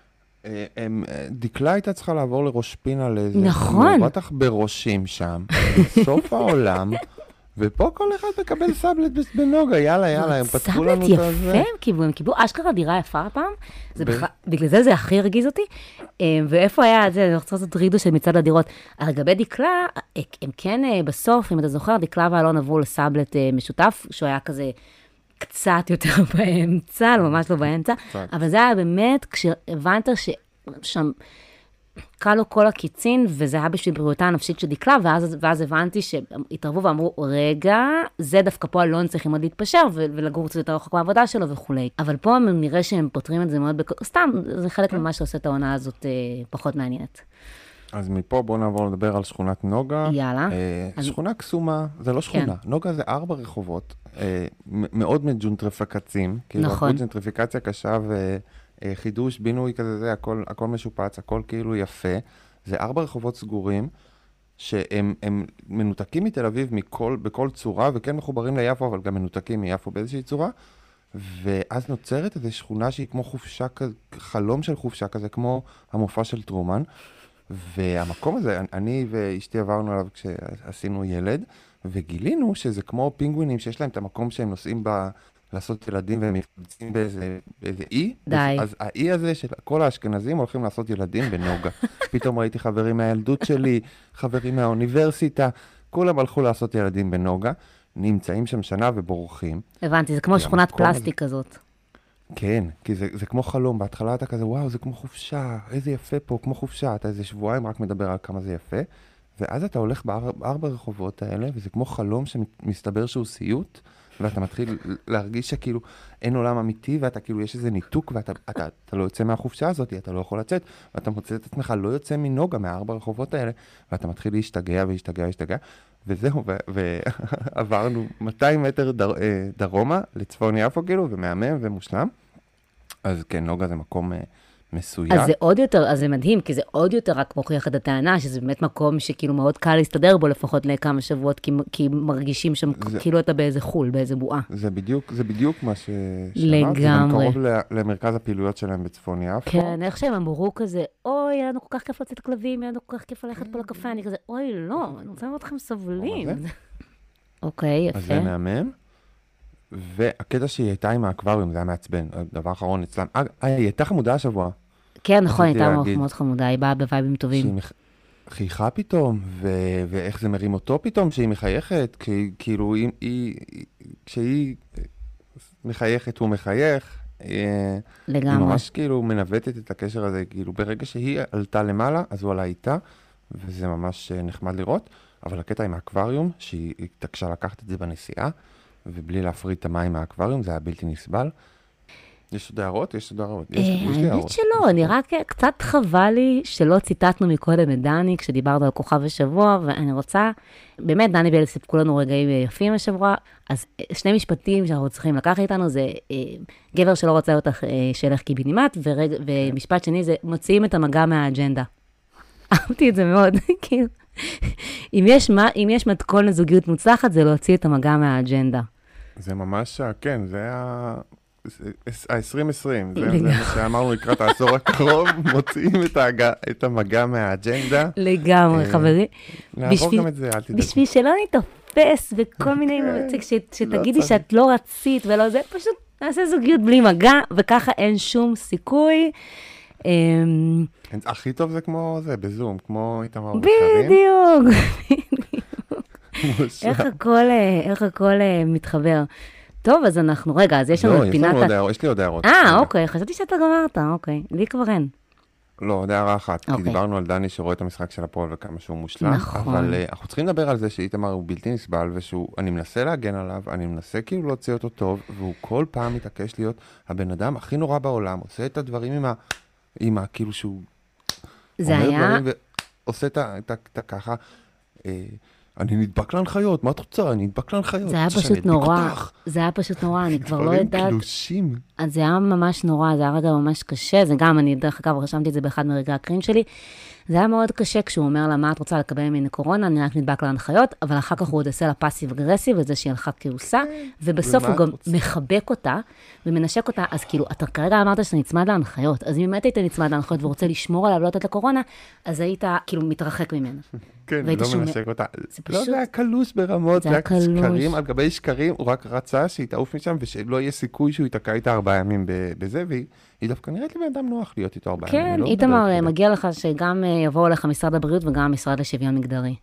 דקלה הייתה צריכה לעבור לראש פינה לאיזה... נכון. בטח בראשים שם, בסוף העולם, ופה כל אחד מקבל סאבלט בנוגה, יאללה, יאללה, הם פתחו לנו את זה. סאבלט יפה, הם קיבלו, הם קיבלו אשכרה דירה יפה הפעם, בגלל זה זה הכי הרגיז אותי, ואיפה היה את זה, אני רוצה לעשות רידו של מצד הדירות, על גבי דקלה, הם כן בסוף, אם אתה זוכר, דקלה ואלון עברו לסאבלט משותף, שהוא היה כזה קצת יותר באמצע, לא ממש לא באמצע, אבל זה היה באמת, כשהבנת ששם, קל לו כל הקיצין, וזה היה בשביל בריאותה הנפשית של דקלה, ואז, ואז הבנתי שהתערבו ואמרו, רגע, זה דווקא פה אלון צריך מאוד להתפשר, ולגור קצת יותר רחוק מהעבודה שלו וכולי. אבל פה נראה שהם פותרים את זה מאוד, בק... סתם, זה חלק ממה שעושה את העונה הזאת אה, פחות מעניינת. אז מפה בואו נעבור לדבר על שכונת נוגה. יאללה. אה, אני... שכונה קסומה, זה לא שכונה. כן. נוגה זה ארבע רחובות, אה, מאוד מג'ונטריפקצים, כאילו, נכון. ג'ונטריפיקציה קשה ו... חידוש, בינוי כזה, זה, הכל, הכל משופץ, הכל כאילו יפה. זה ארבע רחובות סגורים, שהם הם מנותקים מתל אביב מכל, בכל צורה, וכן מחוברים ליפו, אבל גם מנותקים מיפו באיזושהי צורה. ואז נוצרת איזו שכונה שהיא כמו חופשה, חלום של חופשה כזה, כמו המופע של טרומן. והמקום הזה, אני ואשתי עברנו עליו כשעשינו ילד, וגילינו שזה כמו פינגווינים שיש להם את המקום שהם נוסעים ב... לעשות ילדים והם מתפוצים באיזה, באיזה אי. די. אז האי הזה של כל האשכנזים הולכים לעשות ילדים בנוגה. פתאום ראיתי חברים מהילדות שלי, חברים מהאוניברסיטה, כולם הלכו לעשות ילדים בנוגה, נמצאים שם שנה ובורחים. הבנתי, זה כמו שכונת פלסטיק הזה. כזאת. כן, כי זה, זה כמו חלום. בהתחלה אתה כזה, וואו, זה כמו חופשה, איזה יפה פה, כמו חופשה. אתה איזה שבועיים רק מדבר על כמה זה יפה. ואז אתה הולך בארבע, בארבע רחובות האלה, וזה כמו חלום שמסתבר שהוא סיוט. ואתה מתחיל להרגיש שכאילו אין עולם אמיתי, ואתה כאילו יש איזה ניתוק, ואתה אתה, אתה לא יוצא מהחופשה הזאת, אתה לא יכול לצאת, ואתה מוצא את עצמך לא יוצא מנוגה, מהארבע רחובות האלה, ואתה מתחיל להשתגע ולהשתגע ולהשתגע, וזהו, ועברנו מאתיים מטר דר, דרומה, לצפון יפו כאילו, ומהמם ומושלם. אז כן, נוגה זה מקום מסוים. אז זה עוד יותר, אז זה מדהים, כי זה עוד יותר רק מוכיח את הטענה, שזה באמת מקום שכאילו מאוד קל להסתדר בו לפחות לכמה שבועות, כי, כי מרגישים שם זה, כאילו אתה באיזה חול, באיזה בועה. זה בדיוק, זה בדיוק מה ש... לגמרי. זה גם קרוב למרכז הפעילויות שלהם בצפון יפו. כן, איך שהם אמרו כזה, אוי, היה לנו כל כך כיף לצאת כלבים, היה לנו כל כך כיף ללכת פה לקפה, אני כזה, אוי, לא, אני רוצה לראות אתכם סובלים. אוקיי, יפה. אז זה מהמם. והקטע שהיא הייתה עם האקווריום, זה היה מעצבן. הדבר האחרון אצלם, אה, היא הייתה חמודה השבוע. כן, נכון, הייתה מאוד חמודה, היא באה בווייבים טובים. שהיא חייכה פתאום, ואיך זה מרים אותו פתאום, שהיא מחייכת, כאילו, כשהיא מחייכת, הוא מחייך. לגמרי. היא ממש כאילו מנווטת את הקשר הזה, כאילו, ברגע שהיא עלתה למעלה, אז הוא עלה איתה, וזה ממש נחמד לראות. אבל הקטע עם האקווריום, שהיא התעקשה לקחת את זה בנסיעה, ובלי להפריד את המים מהאקווריום, זה היה בלתי נסבל. יש עוד הערות? יש עוד הערות. האמת שלא, אני רק קצת חבל לי שלא ציטטנו מקודם את דני, כשדיברנו על כוכב השבוע, ואני רוצה, באמת, דני ואלה סיפקו לנו רגעים יפים השבוע, אז שני משפטים שאנחנו צריכים לקחת איתנו, זה גבר שלא רוצה אותך שילך קיבינימט, ומשפט שני זה מוציאים את המגע מהאג'נדה. אהבתי את זה מאוד, כאילו. אם יש, אם יש מתכון לזוגיות מוצלחת, זה להוציא את המגע מהאג'נדה. זה ממש, כן, זה היה ה-עשרים עשרים, זה מה שאמרנו לקראת העשור הקרוב, מוציאים את המגע מהאג'נדה. לגמרי, חברי. נעבור גם את זה, אל תדאגו. בשביל שלא נתפס וכל מיני, שתגידי שאת לא רצית ולא זה, פשוט נעשה זוגיות בלי מגע, וככה אין שום סיכוי. הכי טוב זה כמו זה, בזום, כמו איתמר וקארין. בדיוק, בדיוק. איך הכל מתחבר. טוב, אז אנחנו, רגע, אז יש לנו את פינת... לא, יש לי עוד הערות. אה, אוקיי, חשבתי שאתה גמרת, אוקיי. לי כבר אין. לא, עוד הערה אחת, כי דיברנו על דני שרואה את המשחק של הפועל וכמה שהוא מושלם. נכון. אבל אנחנו צריכים לדבר על זה שאיתמר הוא בלתי נסבל, ואני מנסה להגן עליו, אני מנסה כאילו להוציא אותו טוב, והוא כל פעם מתעקש להיות הבן אדם הכי נורא בעולם, עושה את הדברים עם ה... עם ה... כאילו שהוא... זה היה... ועושה את ככה... אני נדבק להנחיות, מה את רוצה? אני נדבק להנחיות. זה היה פשוט נורא, זה היה פשוט נורא, אני כבר לא יודעת. דברים קלושים. אז זה היה ממש נורא, זה היה רגע ממש קשה, זה גם, אני דרך אגב, רשמתי את זה באחד מרגעי הקרין שלי, זה היה מאוד קשה כשהוא אומר לה, מה את רוצה לקבל ממני קורונה, אני רק נדבק להנחיות, אבל אחר כך הוא עוד עושה לה פאסיב אגרסיב, וזה שהיא הלכה כעוסה, ובסוף הוא גם מחבק אותה, ומנשק אותה, אז כאילו, אתה כרגע אמרת שאתה נצמד להנחיות, אז אם באמת היית נצמד להנחיות ורוצה לשמור עליו, לא לתת לקורונה, אז היית כאילו מתרחק ממנה. כן, לא מנשק אותה. לא, זה היה קלוש ברמות, זה היה שקרים על גבי שקרים, הוא רק רצה שהיא תעוף משם, ושלא יהיה סיכוי שהוא ייתקע איתה ארבעה ימים בזה, והיא דווקא נראית לי בן אדם נוח להיות איתו ארבעה ימים. כן, איתמר, מגיע לך שגם יבואו לך משרד הבריאות וגם המשרד לשוויון מגדרי.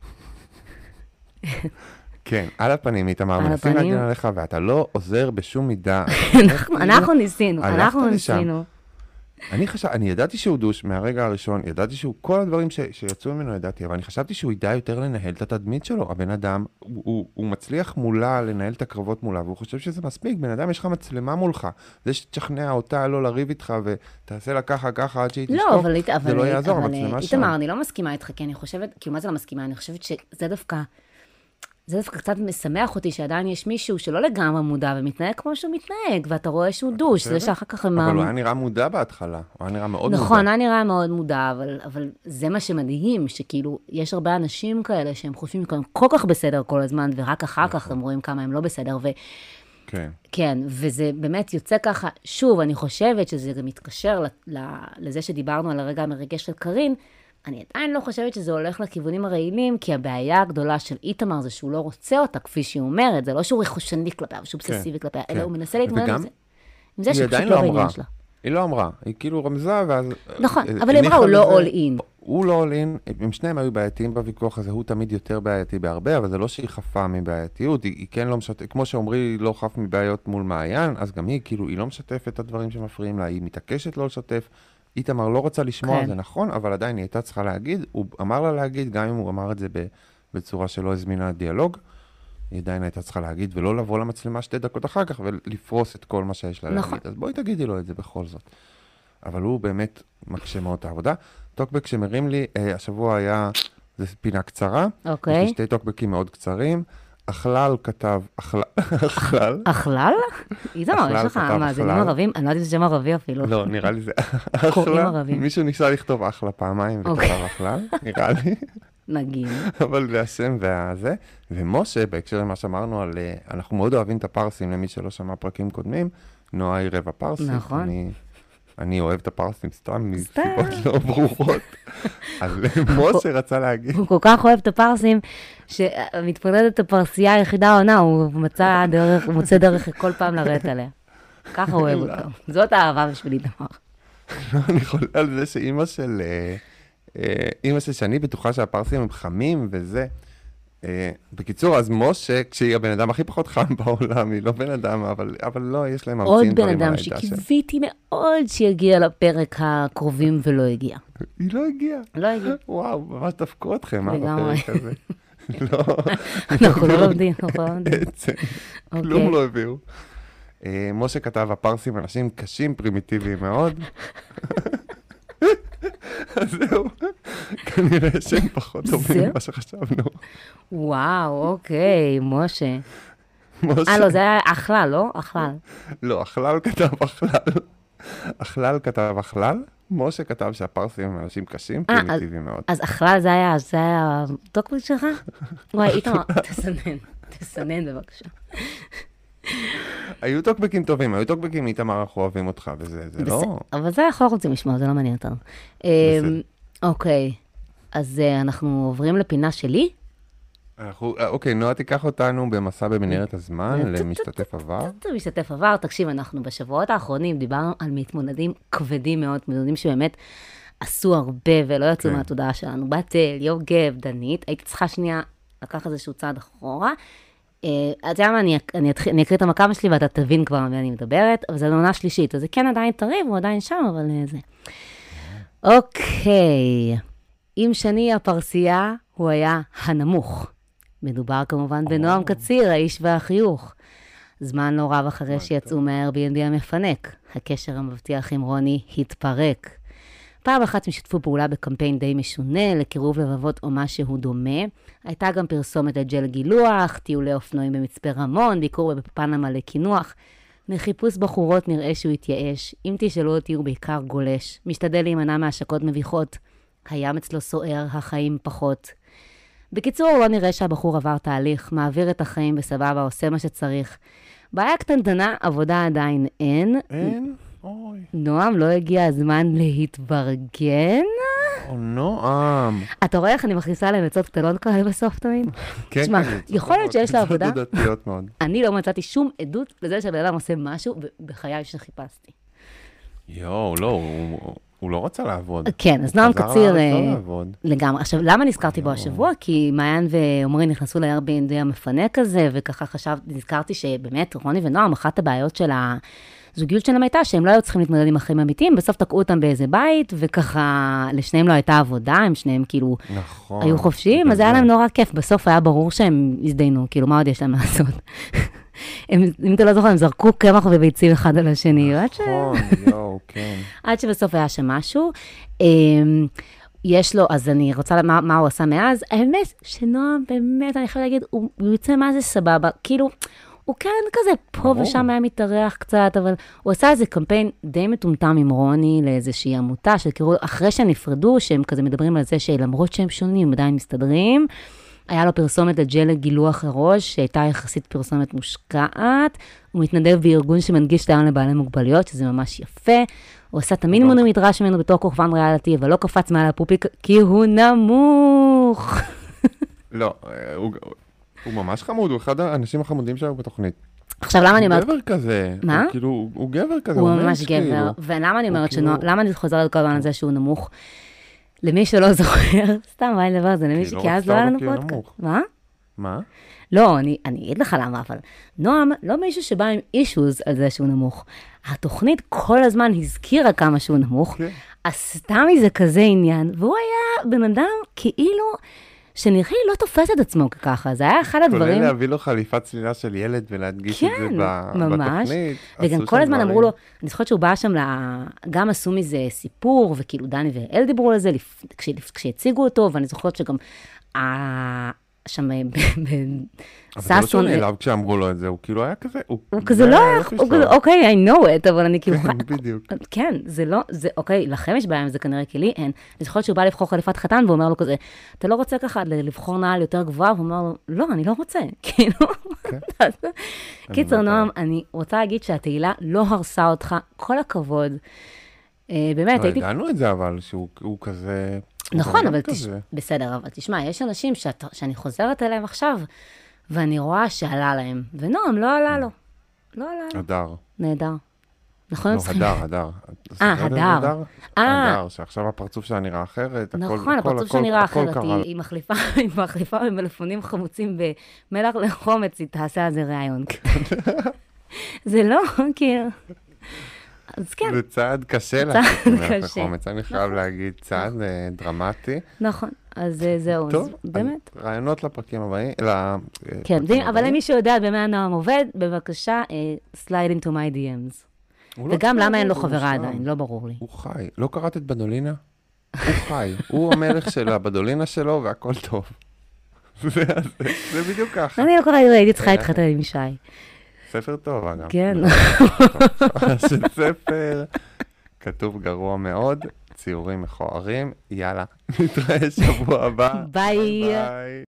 כן, על הפנים, איתמר, מנסים להגן עליך, ואתה לא עוזר בשום מידה. אנחנו ניסינו, אנחנו ניסינו. אני חשב, אני ידעתי שהוא דוש מהרגע הראשון, ידעתי שהוא, כל הדברים ש, שיצאו ממנו ידעתי, אבל אני חשבתי שהוא ידע יותר לנהל את התדמית שלו. הבן אדם, הוא, הוא, הוא מצליח מולה לנהל את הקרבות מולה, והוא חושב שזה מספיק. בן אדם, יש לך מצלמה מולך. זה שתשכנע אותה לא לריב איתך, ותעשה לה ככה, ככה, עד שהיא תשתוק, לא, אבל, זה אבל, לא יעזור, אבל, המצלמה שם. איתמר, אני לא מסכימה איתך, כי אני חושבת, כאילו, מה זה לא מסכימה? אני חושבת שזה דווקא... זה דווקא קצת משמח אותי שעדיין יש מישהו שלא לגמרי מודע ומתנהג כמו שהוא מתנהג, ואתה רואה שהוא דוש, זה שאחר כך... אבל הוא היה נראה מודע בהתחלה, הוא היה נראה מאוד מודע. נכון, היה נראה מאוד מודע, אבל זה מה שמדהים, שכאילו, יש הרבה אנשים כאלה שהם חושבים שהם כל כך בסדר כל הזמן, ורק אחר כך הם רואים כמה הם לא בסדר, ו... כן. כן, וזה באמת יוצא ככה, שוב, אני חושבת שזה גם מתקשר לזה שדיברנו על הרגע המרגש של קרין, אני עדיין לא חושבת שזה הולך לכיוונים הרעילים, כי הבעיה הגדולה של איתמר זה שהוא לא רוצה אותה, כפי שהיא אומרת, זה לא שהוא רכושני כלפיה, שהוא אובססיבי כלפיה, אלא הוא מנסה להתמודד עם זה. עם זה שפשוט לא בעניין שלה. היא לא אמרה, היא כאילו רמזה, ואז... נכון, אבל היא אמרה, הוא לא all in. הוא לא all in, הם שניהם היו בעייתיים בוויכוח הזה, הוא תמיד יותר בעייתי בהרבה, אבל זה לא שהיא חפה מבעייתיות, היא כן לא משתפת, כמו שאומרי, לא חף מבעיות מול מעיין, אז גם היא, כאילו, היא לא משתפת את הדברים שמפריעים לה, היא מתעקשת לא לשתף. איתמר לא רוצה לשמוע, זה נכון, אבל עדיין היא הייתה צריכה להגיד, הוא אמר לה להגיד, גם אם הוא אמר את זה בצורה שלא הזמינה דיאלוג, היא עדיין הייתה צריכה להגיד, ולא לבוא למצלמה שתי דקות אחר כך, ולפרוס את כל מה שיש לה נכון. להגיד. אז בואי תגידי לו את זה בכל זאת. אבל הוא באמת מקשה מאוד את העבודה. טוקבק שמרים לי, אה, השבוע היה, זו פינה קצרה. אוקיי. יש לי שתי טוקבקים מאוד קצרים. אכלל כתב, אכלל, אכלל. אכלל? איתמר, יש לך כתב מאזינים אכלל. ערבים? אני לא יודעת שזה שם ערבי אפילו. לא, נראה לי זה קוראים אחלה. ערבים. מישהו ניסה לכתוב אחלה פעמיים וכתב אוקיי. אכלל, נראה לי. נגיד. אבל זה השם והזה. ומשה, בהקשר למה שאמרנו על, אה, אנחנו מאוד אוהבים את הפרסים, למי שלא שמע פרקים קודמים, נועה היא רבע פרסים. נכון. אני, אני אוהב את הפרסים סתם מסיבות לא ברורות. אז משה רצה להגיד. הוא כל כך אוהב את הפרסים, שמתפרדת את הפרסייה היחידה העונה, הוא מצא דרך, הוא מוצא דרך כל פעם לרדת עליה. ככה הוא אוהב אותה. זאת האהבה בשבילי, תמר. אני חולה על זה שאימא של, אה, אה, אימא של שאני בטוחה שהפרסים הם חמים וזה. אה, בקיצור, אז משה, כשהיא הבן אדם הכי פחות חם בעולם, היא לא בן אדם, אבל, אבל לא, יש להם עוד ממציאים בן דברים על אדם העדה שלה. שקיוויתי מאוד שיגיע לפרק הקרובים ולא הגיע. היא לא הגיעה. לא הגיע. וואו, ממש דפקו אתכם, מה לגמרי. בפרק הזה? לא. אנחנו לא לומדים, אנחנו לא לומדים. בעצם, אוקיי. כלום לא הביאו. אה, משה כתב, הפרסים אנשים קשים, פרימיטיביים מאוד. אז זהו, כנראה שהם פחות טובים זהו? ממה שחשבנו. וואו, אוקיי, משה. משה, אה, לא, זה היה אחלה, לא? אחלה. לא, אכלל כתב אכלל. אכלל כתב אכלל. משה כתב שהפרסים הם אנשים קשים, אה, פרימיטיביים מאוד. אז אחלה זה היה, זה היה הטוקבק שלך? וואי, איתמר, תסנן, תסנן בבקשה. היו טוקבקים טובים, היו טוקבקים איתמר, אנחנו אוהבים אותך, וזה זה לא... אבל זה אנחנו לא רוצים לשמוע, זה לא מעניין אותנו. בסדר. אוקיי, אז אה, אנחנו עוברים לפינה שלי. אנחנו- אה, אוקיי, נועה תיקח אותנו במסע במנהרת הזמן, למשתתף עבר. זה משתתף עבר, תקשיב, אנחנו בשבועות האחרונים דיברנו על מתמודדים כבדים מאוד, מתמודדים שבאמת עשו הרבה ולא יצאו כן. מהתודעה שלנו. בתל, יוגב, דנית, הייתי צריכה שנייה לקחת איזשהו צעד אחורה. אה, אתה יודע מה, אני אק- אני אתחיל- אני אקריא את המכמה שלי ואתה תבין כבר על מי אני מדברת, אבל זה לעונה שלישית, אז זה כן עדיין טרי, הוא עדיין שם, אבל אה, זה. אוקיי, אם שני הפרסייה, הוא היה הנמוך. מדובר כמובן בנועם קציר, האיש והחיוך. זמן לא רב אחרי שיצאו מה-Airbnb המפנק, הקשר המבטיח עם רוני התפרק. פעם אחת הם שיתפו פעולה בקמפיין די משונה, לקירוב לבבות או משהו דומה. הייתה גם פרסומת לג'ל גילוח, טיולי אופנועים במצפה רמון, ביקור בפנמה לקינוח. מחיפוש בחורות נראה שהוא התייאש. אם תשאלו אותי הוא בעיקר גולש. משתדל להימנע מהשקות מביכות. הים אצלו סוער, החיים פחות. בקיצור, לא נראה שהבחור עבר תהליך, מעביר את החיים בסבבה, עושה מה שצריך. בעיה קטנטנה, עבודה עדיין אין. אין? אוי. נועם, לא הגיע הזמן להתברגן? או נועם. אתה רואה איך אני מכניסה להם עצות קטנות כאלה בסוף תמיד? כן, תשמע, כן, יכול להיות שיש לה עבודה. עצות דתיות מאוד. אני לא מצאתי שום עדות לזה שהבן אדם עושה משהו בחיי שחיפשתי. יואו, לא, הוא- הוא לא רצה לעבוד. כן, אז נועם חזר קציר לארץ לא אה, לעבוד. לגמרי. עכשיו, למה נזכרתי בו השבוע? כי מעיין ועומרי נכנסו ל-Airbnb המפנק הזה, וככה חשבתי, נזכרתי שבאמת רוני ונועם, אחת הבעיות של הזוגיות שלהם הייתה, שהם לא היו צריכים להתמודד עם החיים אמיתיים, בסוף תקעו אותם באיזה בית, וככה לשניהם לא הייתה עבודה, הם שניהם כאילו נכון. היו חופשיים, אז זה היה להם נורא כיף. בסוף היה ברור שהם הזדיינו, כאילו, מה עוד יש להם לעשות? הם, אם אתה לא זוכר, הם זרקו קמח וביצים אחד על השני, עד ש... נכון, יואו, כן. עד שבסוף היה שם משהו. אמ, יש לו, אז אני רוצה, מה, מה הוא עשה מאז? האמת שנועם, באמת, אני יכולה להגיד, הוא, הוא יוצא מה זה סבבה. כאילו, הוא כן כזה פה ברור. ושם היה מתארח קצת, אבל הוא עשה איזה קמפיין די מטומטם עם רוני לאיזושהי עמותה, שכאילו, אחרי שהם נפרדו, שהם כזה מדברים על זה שלמרות שהם שונים, הם עדיין מסתדרים. היה לו פרסומת לג'ל לגילוח הראש, שהייתה יחסית פרסומת מושקעת. הוא מתנדב בארגון שמנגיש את היום לבעלי מוגבלויות, שזה ממש יפה. הוא עשה את המינימום המדרש ממנו בתור כוכבן ריאליטי, אבל לא קפץ מעל הפופיק, כי הוא נמוך. לא, אה, הוא הוא ממש חמוד, הוא אחד האנשים החמודים שהיו בתוכנית. עכשיו, למה אני הוא אומרת, גבר כזה. מה? הוא כאילו, הוא- הוא גבר כזה, הוא הוא ממש ממש כאילו. גבר, ולמה אני אומרת כאילו- שנועם, למה אני חוזרת כל הזמן על זה שהוא נמוך? למי שלא זוכר, סתם, מה אני לדבר על זה, למי כי ש... לא כי אז רצתה לא היה אותו לנו כי הוא פודקאסט. נמוך. מה? מה? לא, אני, אני אגיד לך למה, אבל נועם, לא מישהו שבא עם אישוז על זה שהוא נמוך. התוכנית כל הזמן הזכירה כמה שהוא נמוך, כן. עשתה מזה כזה עניין, והוא היה בן אדם כאילו שנראה לי לא תופס את עצמו ככה, זה היה אחד הדברים... כולל להביא לו חליפת צלילה של ילד ולהדגיש את זה כן, ב- ממש. בתוכנית. וגם עשו כל שם הזמן דברים. אמרו לו, אני זוכרת שהוא בא שם, ל- גם עשו מזה סיפור, וכאילו דני ואל דיברו על זה, לפ- כש- כשהציגו אותו, ואני זוכרת שגם ה- שם אבל זה לא שהוא בסאסון, נעלב כשאמרו לו את זה, הוא כאילו היה כזה, הוא הוא כזה זה לא היה היה, היופי הוא שלו. כזה, אוקיי, I know it, אבל אני כאילו... כן, בדיוק. כן, זה לא, זה, אוקיי, לכם יש בעיה עם זה כנראה, כי לי אין. אני זוכרת שהוא בא לבחור חליפת חתן, והוא אומר לו כזה, אתה לא רוצה ככה לבחור נעל יותר גבוהה? והוא אומר לו, לא, אני לא רוצה, כאילו. אז- קיצר, באמת נועם, אני רוצה להגיד שהתהילה לא הרסה אותך, כל הכבוד. אה, באמת, לא, הייתי... ידענו את זה, אבל שהוא הוא כזה... הוא נכון, גם אבל כזה. תש... בסדר, אבל תשמע, יש אנשים שאת... שאני חוזרת אליהם עכשיו, ואני רואה שעלה להם, ונועם, לא עלה לו. לא עלה לו. הדר. נהדר. נכון? לא, הם צריכים- הדר, הדר. אה, זוכרת את הדר. אה. הדר, שעכשיו הפרצוף שלה נראה אחרת. הכל- נכון, הכל- הפרצוף הכל- שלה נראה הכל אחרת, קרה היא- לה. היא מחליפה, היא מחליפה במלפונים חמוצים במלח לחומץ, היא תעשה על זה ראיון. זה לא, כאילו... אז כן, זה צעד קשה צעד לעשות עם מלח קשה. לחומץ, אני חייב להגיד, צעד אה, דרמטי. נכון, אז אה, זהו, אז טוב, באמת. אז רעיונות לפרקים הבאים, לפרקים כן, ואם- אבל הבאים. למי שיודע במה נועם עובד, בבקשה, אה, slide into my די אמס. הוא לא וגם צריך למה אין לו לעבוד, הוא חברה מושלם. עדיין, לא ברור לי. הוא חי. לא קראת את בדולינה? הוא חי. הוא המלך של הבדולינה שלו והכל טוב. זה זה- זה בדיוק ככה. אני לא קוראה, הייתי צריכה אה. להתחתן עם שי. ספר טוב, אגב. כן. של ספר, כתוב גרוע מאוד, ציורים מכוערים. יאללה, נתראה שבוע הבא. ביי. ביי.